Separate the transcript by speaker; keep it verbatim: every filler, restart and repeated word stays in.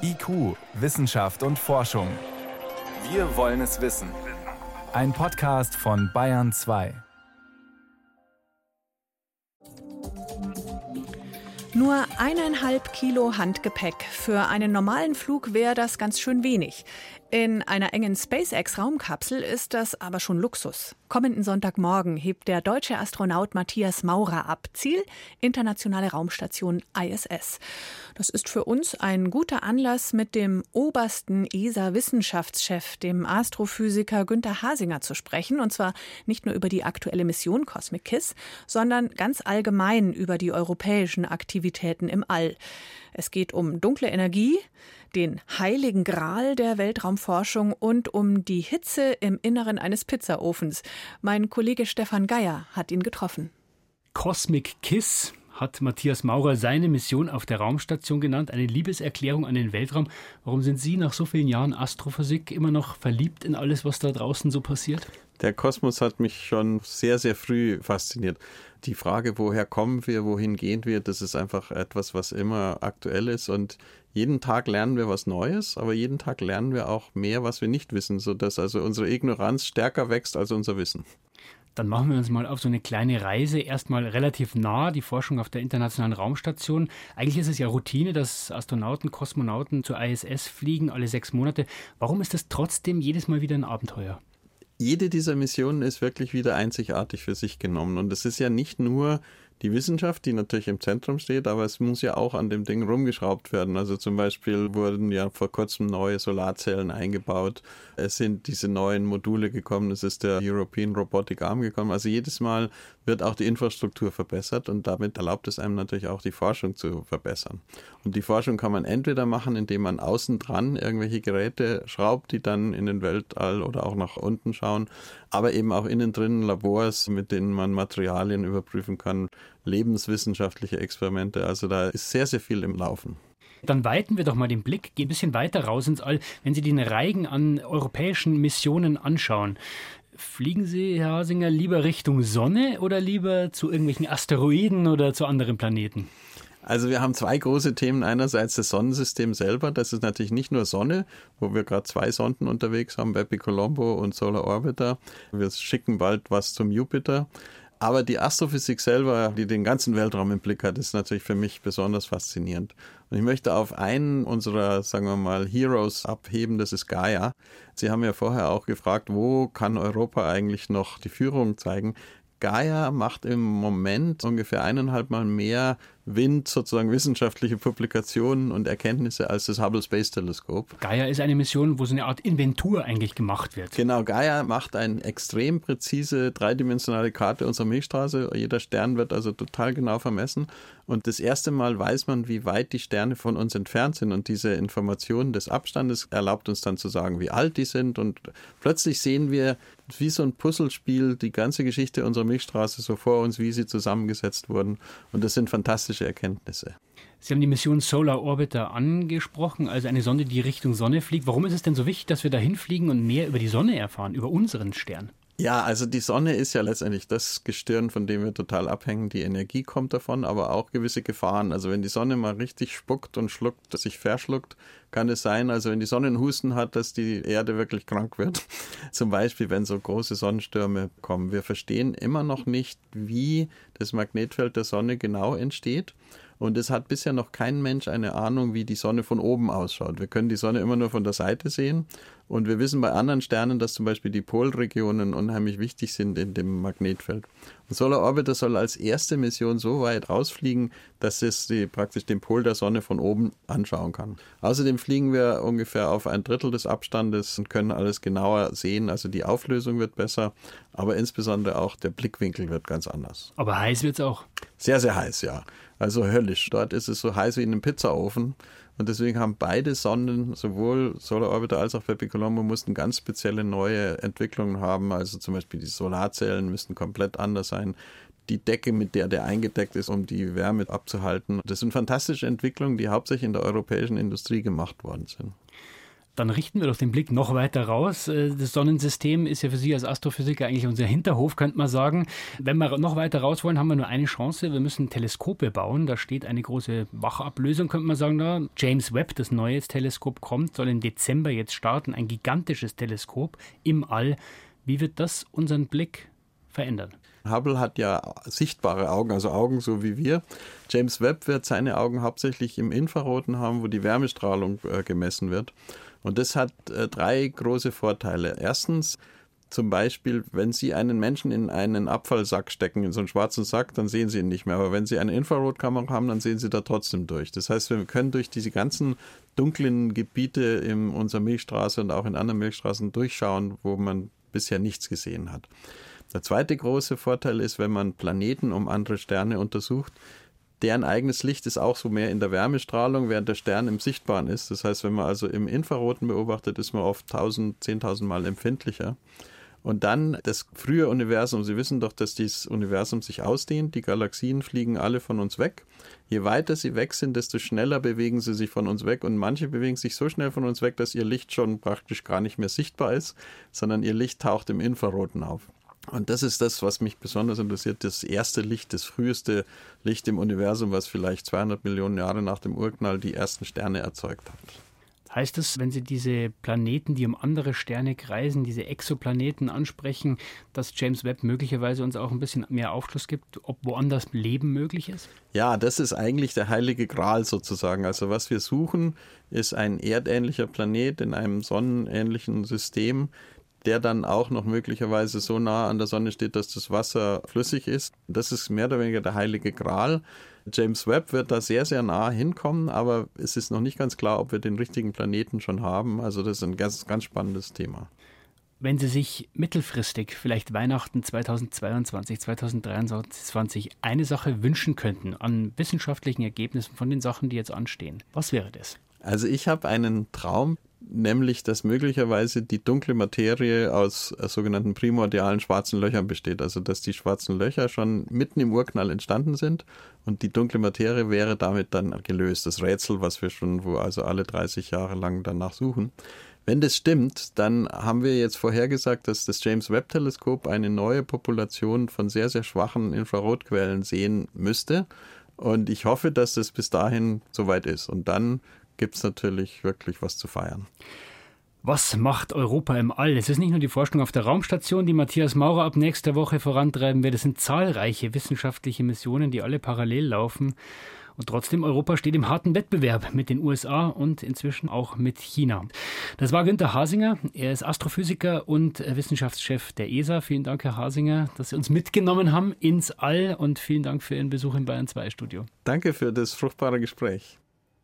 Speaker 1: I Q, Wissenschaft und Forschung. Wir wollen es wissen. Ein Podcast von Bayern zwei.
Speaker 2: Nur eineinhalb Kilo Handgepäck. Für einen normalen Flug wäre das ganz schön wenig. In einer engen SpaceX-Raumkapsel ist das aber schon Luxus. Kommenden Sonntagmorgen hebt der deutsche Astronaut Matthias Maurer ab. Ziel: Internationale Raumstation I S S. Das ist für uns ein guter Anlass, mit dem obersten E S A-Wissenschaftschef, dem Astrophysiker Günther Hasinger, zu sprechen. Und zwar nicht nur über die aktuelle Mission Cosmic Kiss, sondern ganz allgemein über die europäischen Aktivitäten im All. Es geht um dunkle Energie, den heiligen Gral der Weltraumforschung und um die Hitze im Inneren eines Pizzaofens. Mein Kollege Stefan Geier hat ihn getroffen.
Speaker 3: Cosmic Kiss hat Matthias Maurer seine Mission auf der Raumstation genannt, eine Liebeserklärung an den Weltraum. Warum sind Sie nach so vielen Jahren Astrophysik immer noch verliebt in alles, was da draußen so passiert?
Speaker 4: Der Kosmos hat mich schon sehr, sehr früh fasziniert. Die Frage, woher kommen wir, wohin gehen wir, das ist einfach etwas, was immer aktuell ist. Und jeden Tag lernen wir was Neues, aber jeden Tag lernen wir auch mehr, was wir nicht wissen, sodass also unsere Ignoranz stärker wächst als unser Wissen.
Speaker 3: Dann machen wir uns mal auf so eine kleine Reise, erstmal relativ nah, die Forschung auf der Internationalen Raumstation. Eigentlich ist es ja Routine, dass Astronauten, Kosmonauten zur I S S fliegen, alle sechs Monate. Warum ist das trotzdem jedes Mal wieder ein Abenteuer?
Speaker 4: Jede dieser Missionen ist wirklich wieder einzigartig für sich genommen. Und es ist ja nicht nur die Wissenschaft, die natürlich im Zentrum steht, aber es muss ja auch an dem Ding rumgeschraubt werden. Also zum Beispiel wurden ja vor kurzem neue Solarzellen eingebaut. Es sind diese neuen Module gekommen. Es ist der European Robotic Arm gekommen. Also jedes Mal wird auch die Infrastruktur verbessert und damit erlaubt es einem natürlich auch, die Forschung zu verbessern. Und die Forschung kann man entweder machen, indem man außen dran irgendwelche Geräte schraubt, die dann in den Weltall oder auch nach unten schauen, aber eben auch innen drin Labors, mit denen man Materialien überprüfen kann, lebenswissenschaftliche Experimente. Also da ist sehr, sehr viel im Laufen.
Speaker 3: Dann weiten wir doch mal den Blick, gehen ein bisschen weiter raus ins All. Wenn Sie den Reigen an europäischen Missionen anschauen, fliegen Sie, Herr Hasinger, lieber Richtung Sonne oder lieber zu irgendwelchen Asteroiden oder zu anderen Planeten?
Speaker 4: Also wir haben zwei große Themen. Einerseits das Sonnensystem selber. Das ist natürlich nicht nur Sonne, wo wir gerade zwei Sonden unterwegs haben, Bepi-Colombo und Solar Orbiter. Wir schicken bald was zum Jupiter. Aber die Astrophysik selber, die den ganzen Weltraum im Blick hat, ist natürlich für mich besonders faszinierend. Und ich möchte auf einen unserer, sagen wir mal, Heroes abheben, das ist Gaia. Sie haben ja vorher auch gefragt, wo kann Europa eigentlich noch die Führung zeigen? Gaia macht im Moment ungefähr eineinhalb Mal mehr Wind, sozusagen wissenschaftliche Publikationen und Erkenntnisse als das Hubble Space Teleskop.
Speaker 3: Gaia ist eine Mission, wo so eine Art Inventur eigentlich gemacht wird.
Speaker 4: Genau, Gaia macht eine extrem präzise dreidimensionale Karte unserer Milchstraße. Jeder Stern wird also total genau vermessen. Und das erste Mal weiß man, wie weit die Sterne von uns entfernt sind. Und diese Information des Abstandes erlaubt uns dann zu sagen, wie alt die sind. Und plötzlich sehen wir, wie so ein Puzzlespiel, die ganze Geschichte unserer Milchstraße so vor uns, wie sie zusammengesetzt wurden. Und das sind fantastische Erkenntnisse.
Speaker 3: Sie haben die Mission Solar Orbiter angesprochen, also eine Sonde, die Richtung Sonne fliegt. Warum ist es denn so wichtig, dass wir da hinfliegen und mehr über die Sonne erfahren, über unseren Stern?
Speaker 4: Ja, also die Sonne ist ja letztendlich das Gestirn, von dem wir total abhängen. Die Energie kommt davon, aber auch gewisse Gefahren. Also wenn die Sonne mal richtig spuckt und schluckt, sich verschluckt, kann es sein, also wenn die Sonne einen Husten hat, dass die Erde wirklich krank wird. Zum Beispiel, wenn so große Sonnenstürme kommen. Wir verstehen immer noch nicht, wie das Magnetfeld der Sonne genau entsteht. Und es hat bisher noch kein Mensch eine Ahnung, wie die Sonne von oben ausschaut. Wir können die Sonne immer nur von der Seite sehen. Und wir wissen bei anderen Sternen, dass zum Beispiel die Polregionen unheimlich wichtig sind in dem Magnetfeld. Und Solar Orbiter soll als erste Mission so weit rausfliegen, dass es die, praktisch den Pol der Sonne von oben anschauen kann. Außerdem fliegen wir ungefähr auf ein Drittel des Abstandes und können alles genauer sehen. Also die Auflösung wird besser, aber insbesondere auch der Blickwinkel wird ganz anders.
Speaker 3: Aber heiß wird es auch?
Speaker 4: Sehr, sehr heiß, ja. Also höllisch. Dort ist es so heiß wie in einem Pizzaofen. Und deswegen haben beide Sonden, sowohl Solar Orbiter als auch Bepi-Colombo, mussten ganz spezielle neue Entwicklungen haben. Also zum Beispiel die Solarzellen müssten komplett anders sein. Die Decke, mit der der eingedeckt ist, um die Wärme abzuhalten. Das sind fantastische Entwicklungen, die hauptsächlich in der europäischen Industrie gemacht worden sind.
Speaker 3: Dann richten wir doch den Blick noch weiter raus. Das Sonnensystem ist ja für Sie als Astrophysiker eigentlich unser Hinterhof, könnte man sagen. Wenn wir noch weiter raus wollen, haben wir nur eine Chance. Wir müssen Teleskope bauen. Da steht eine große Wachablösung, könnte man sagen. Da James Webb, das neue Teleskop, kommt, soll im Dezember jetzt starten. Ein gigantisches Teleskop im All. Wie wird das unseren Blick verändern?
Speaker 4: Hubble hat ja sichtbare Augen, also Augen so wie wir. James Webb wird seine Augen hauptsächlich im Infraroten haben, wo die Wärmestrahlung äh, gemessen wird. Und das hat äh, drei große Vorteile. Erstens, zum Beispiel, wenn Sie einen Menschen in einen Abfallsack stecken, in so einen schwarzen Sack, dann sehen Sie ihn nicht mehr. Aber wenn Sie eine Infrarotkamera haben, dann sehen Sie da trotzdem durch. Das heißt, wir können durch diese ganzen dunklen Gebiete in unserer Milchstraße und auch in anderen Milchstraßen durchschauen, wo man bisher nichts gesehen hat. Der zweite große Vorteil ist, wenn man Planeten um andere Sterne untersucht, deren eigenes Licht ist auch so mehr in der Wärmestrahlung, während der Stern im Sichtbaren ist. Das heißt, wenn man also im Infraroten beobachtet, ist man oft tausend, zehntausend Mal empfindlicher. Und dann das frühe Universum. Sie wissen doch, dass dieses Universum sich ausdehnt. Die Galaxien fliegen alle von uns weg. Je weiter sie weg sind, desto schneller bewegen sie sich von uns weg. Und manche bewegen sich so schnell von uns weg, dass ihr Licht schon praktisch gar nicht mehr sichtbar ist, sondern ihr Licht taucht im Infraroten auf. Und das ist das, was mich besonders interessiert, das erste Licht, das früheste Licht im Universum, was vielleicht zweihundert Millionen Jahre nach dem Urknall die ersten Sterne erzeugt hat.
Speaker 3: Heißt es, wenn Sie diese Planeten, die um andere Sterne kreisen, diese Exoplaneten ansprechen, dass James Webb möglicherweise uns auch ein bisschen mehr Aufschluss gibt, ob woanders Leben möglich ist?
Speaker 4: Ja, das ist eigentlich der heilige Gral sozusagen. Also was wir suchen, ist ein erdähnlicher Planet in einem sonnenähnlichen System, der dann auch noch möglicherweise so nah an der Sonne steht, dass das Wasser flüssig ist. Das ist mehr oder weniger der heilige Gral. James Webb wird da sehr, sehr nah hinkommen, aber es ist noch nicht ganz klar, ob wir den richtigen Planeten schon haben. Also das ist ein ganz, ganz spannendes Thema.
Speaker 3: Wenn Sie sich mittelfristig, vielleicht Weihnachten zweitausendzweiundzwanzig, zweitausenddreiundzwanzig, eine Sache wünschen könnten an wissenschaftlichen Ergebnissen von den Sachen, die jetzt anstehen, was wäre das?
Speaker 4: Also ich habe einen Traum, nämlich dass möglicherweise die dunkle Materie aus äh, sogenannten primordialen schwarzen Löchern besteht. Also dass die schwarzen Löcher schon mitten im Urknall entstanden sind und die dunkle Materie wäre damit dann gelöst. Das Rätsel, was wir schon wo also alle dreißig Jahre lang danach suchen. Wenn das stimmt, dann haben wir jetzt vorhergesagt, dass das James Webb Teleskop eine neue Population von sehr, sehr schwachen Infrarotquellen sehen müsste. Und ich hoffe, dass das bis dahin soweit ist. Und dann gibt es natürlich wirklich was zu feiern.
Speaker 3: Was macht Europa im All? Es ist nicht nur die Forschung auf der Raumstation, die Matthias Maurer ab nächster Woche vorantreiben wird. Es sind zahlreiche wissenschaftliche Missionen, die alle parallel laufen. Und trotzdem, Europa steht im harten Wettbewerb mit den U S A und inzwischen auch mit China. Das war Günther Hasinger. Er ist Astrophysiker und Wissenschaftschef der E S A. Vielen Dank, Herr Hasinger, dass Sie uns mitgenommen haben ins All und vielen Dank für Ihren Besuch im Bayern zwei Studio.
Speaker 4: Danke für das fruchtbare Gespräch.